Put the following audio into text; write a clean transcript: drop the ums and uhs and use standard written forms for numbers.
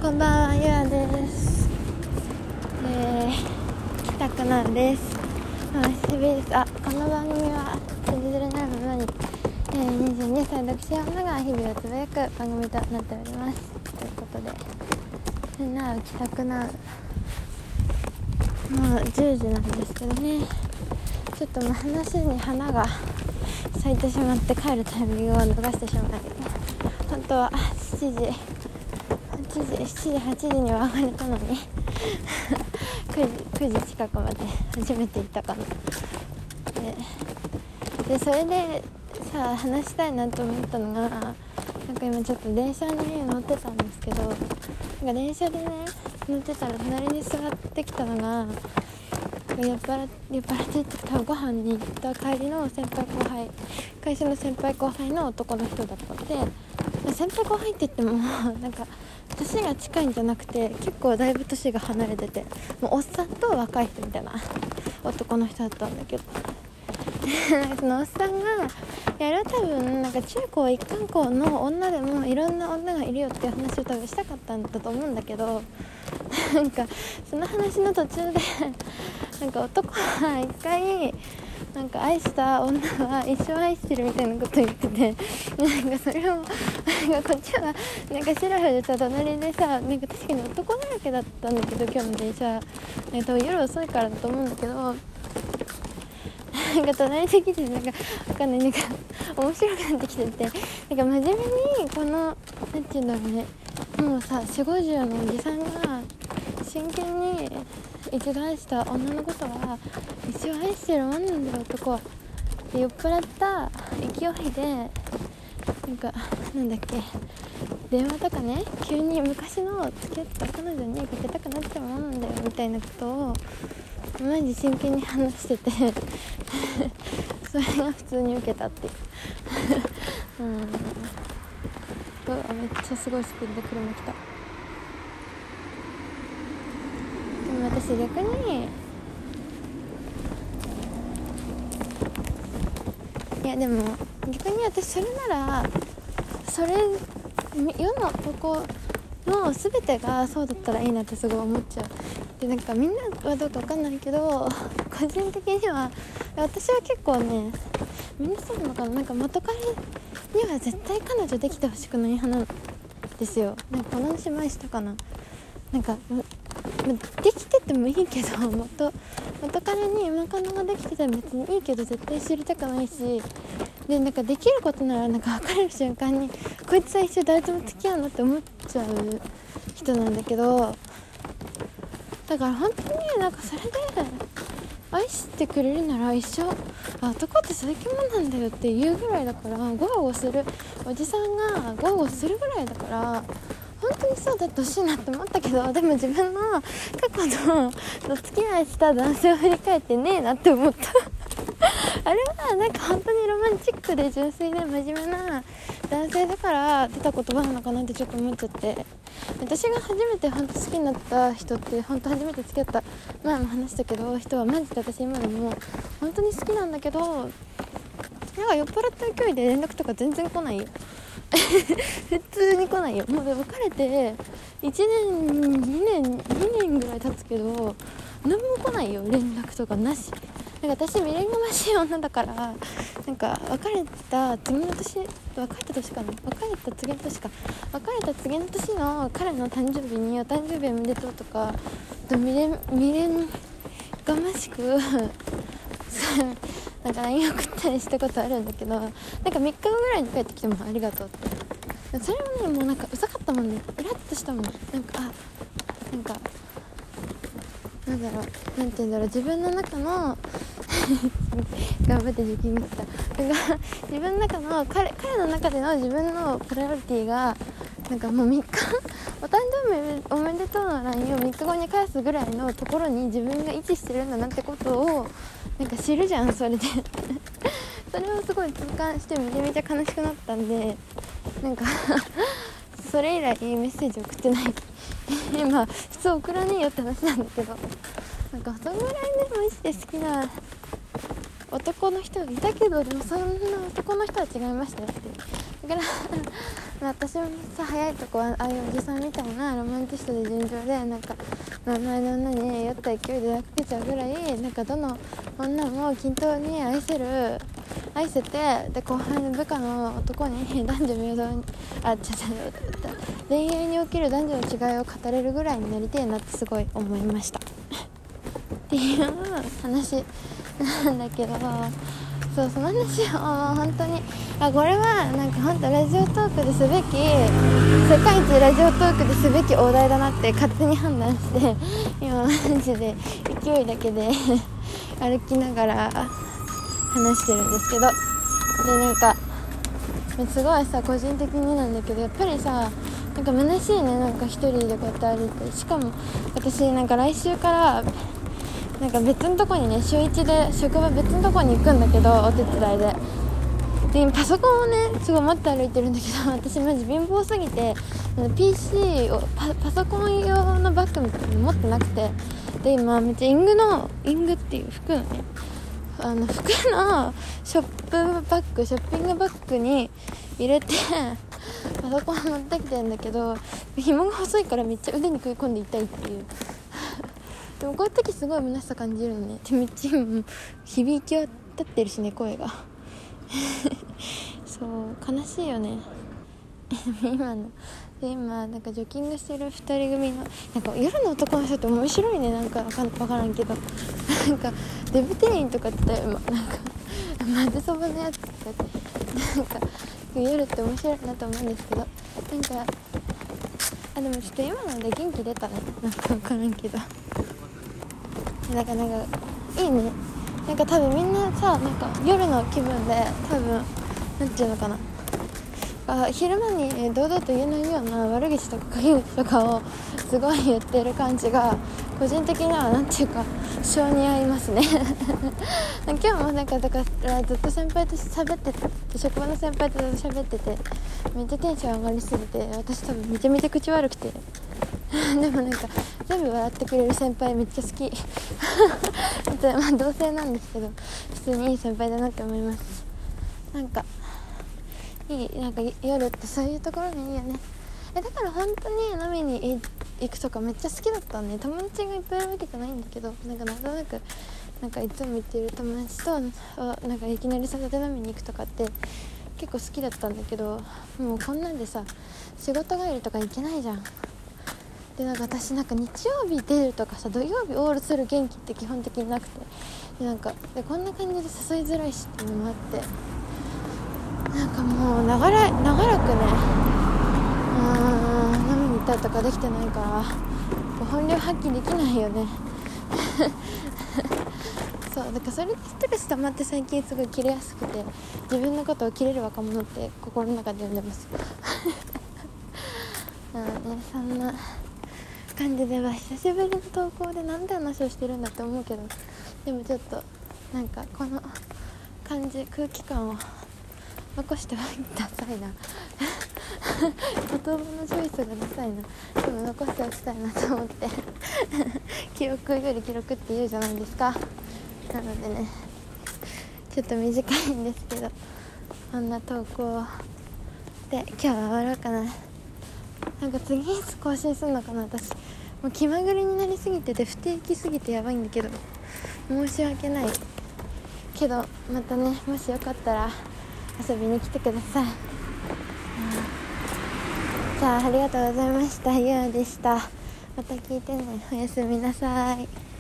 こんばんは、ゆあです。北くなるです。久しぶりです。この番組はつれづれなるものに、22歳独身女が日々をつぶやく番組となっております。ということで、なう帰宅なう、もう10時なんですけどね、ちょっともう話に花が咲いてしまって帰るタイミングを逃してしまい、本当は7時8時には上がれたのに9時近くまで初めて行ったかな。でそれでさ、話したいなと思ったのが、なんか今ちょっと電車に乗ってたんですけど、なんか電車でね乗ってたら隣に座ってきたのが、酔っ払って多分ご飯に行った帰りの会社の先輩後輩の男の人だったので、先輩後輩って言ってもなんか年が近いんじゃなくて、結構だいぶ年が離れてて、もうおっさんと若い人みたいな男の人だったんだけどそのおっさんが、あれは多分なんか中高一貫校の女でもいろんな女がいるよっていう話を多分したかったんだと思うんだけど、なんかその話の途中でなんか男は一回なんか愛した女は一生愛してるみたいなこと言ってて、なんかそれをなんかこっちはなんかシラフでさ、隣でさ、なんか確かに男だらけだったんだけど、今日の電車多分夜遅いからだと思うんだけど、なんか隣で来て、なんかわかんない、なんか面白くなってきてて、なんか真面目にこのなんていうんだろうね、もうさ4、50のおじさんが真剣に一度愛した女のことは一生愛してるもんなんだよ男は。で酔っ払った勢いでなんかなんだっけ、電話とかね、急に昔の付き合ってた彼女にかけたくなっちゃうもんなんだよみたいなことをマジ真剣に話しててそれが普通に受けたっていうめっちゃすごいスピードで車来た。でも私逆に、いやでも逆に私それなら、それ世の男の全てがそうだったらいいなってすごい思っちゃう。でなんかみんなはどうか分かんないけど、個人的には私は結構ね、みんなそうなのかな、なんか元彼には絶対彼女できてほしくない派なんですよ。なんかこの話前したかな。なんかできててもいいけど、元彼に今カノができてたら別にいいけど絶対知りたくないし、でなんかできることならなんか別れる瞬間にこいつは一生誰とも付き合うなって思っちゃう人なんだけど、だから本当になんかそれで愛してくれるなら一生男ってそういう生き物なんだよって言うぐらいだから、ゴーゴーするおじさんがゴーゴーするぐらいだから本当にそうだってほしいなって思ったけど、でも自分の過去のお付き合いした男性を振り返ってねえなって思ったあれはなんか本当にロマンチックで純粋で真面目な男性だから出た言葉なのかなってちょっと思っちゃって、私が初めて本当好きになった人って、本当初めて付き合った前も話したけど人はマジで私今でも本当に好きなんだけど、なんか酔っ払った勢いで連絡とか全然来ないよ普通に来ないよ。もう別れて1年2年ぐらい経つけど何も来ないよ、連絡とかなし。なんか私未練がましい女だから、なんか別れた次の年の彼の誕生日にお誕生日おめでとうとか未練がましくなんか LINE 送ったりしたことあるんだけど、なんか3日後ぐらいに帰ってきてもありがとうって、それもねもうなんかうざかったもんね、イラッとしたもん。なんかなんだろう、なんて言うんだろう、自分の中の頑張って受験に来た。なんか自分の中の彼の中での自分のプライオリティがなんかもう3日お誕生日おめでとうの LINE を3日後に返すぐらいのところに自分が位置してるんだなってことをなんか知るじゃん、それでそれをすごい痛感してめちゃめちゃ悲しくなったんで、なんかそれ以来メッセージ送ってないまあ普通送らねえよって話なんだけど、なんかそのぐらいねマジで好きな男の人がいたけど、でもそんな男の人は違いましたよって。だから私もさ早いとこはああいうおじさんみたいなロマンチストで純情でなんか前の女に酔った勢いで抱きかけちゃうぐらいなんかどの女も均等に愛せてで後輩の部下の男に男女平等に恋愛における男女の違いを語れるぐらいになりたいなってすごい思いましたっていう話なんだけどそうその話を本当にこれはなんか本当ラジオトークですべき世界一ラジオトークですべき大台だなって勝手に判断して今マジで勢いだけで歩きながら話してるんですけどでなんかすごいさ個人的になんだけどやっぱりさなんか虚しいねなんか一人でこうやって歩いてしかも私なんか来週からなんか別のとこにね週1で職場別のとこに行くんだけどお手伝いでパソコンをねすごい持って歩いてるんだけど私マジ貧乏すぎてPC をパソコン用のバッグみたいなの持ってなくてで今めっちゃイングっていう服のね服のショッピングバッグに入れてパソコン持ってきてるんだけど紐が細いからめっちゃ腕に食い込んで痛いっていうでもこういう時すごい虚しさ感じるのねでめっちゃ響き渡ってるしね声がそう悲しいよね今なんかジョギングしてる2人組のなんか夜の男の人って面白いねなんか分からんけどなんかデブ店員とかってなんか混ぜそばのやつとかってなんか夜って面白いなと思うんですけどなんかでもちょっと今ので元気出たねなんか分からんけどなんかいいねなんか多分みんなさなんか夜の気分で多分なんていうのかな昼間に堂々と言えないような悪口とか陰口とかをすごい言ってる感じが個人的にはなんていうか性に合いますね今日もなんかだからずっと先輩と喋ってて職場の先輩と喋っててめっちゃテンション上がりすぎて私多分めちゃめちゃ口悪くてでもなんか全部笑ってくれる先輩めっちゃ好きまあ同性なんですけど普通にいい先輩だなって思いますなんか夜ってそういうところにいいよねだから本当に飲みに行くとかめっちゃ好きだったんで友達がいっぱいいるわけじゃないんだけどなんとなくなんかいつも行ってる友達となんかいきなり誘って飲みに行くとかって結構好きだったんだけどもうこんなんでさ仕事帰りとか行けないじゃんでなんか私なんか日曜日出るとかさ土曜日オールする元気って基本的になくてでこんな感じで誘いづらいしっていうのもあってなんかもう長らくね飲みに行ったりとかできてないから本領発揮できないよねそうだからそれでストレス溜まって最近すごいキレやすくて自分のことをキレる若者って心の中で呼んでますそんな感じでは久しぶりの投稿でなんで話をしてるんだって思うけどでもちょっとなんかこの感じ空気感を残してはいダサいな言葉のチョイスがダサいなでも残しておきたいなと思って記憶より記録って言うじゃないですかなのでねちょっと短いんですけどこんな投稿で今日は終わろうかななんか次いつ更新するのかな私もう気まぐれになりすぎてて不定期すぎてやばいんだけど申し訳ないけどまたねもしよかったら遊びに来てください、じゃあありがとうございましたゆうでしたまた聞いてねおやすみなさい。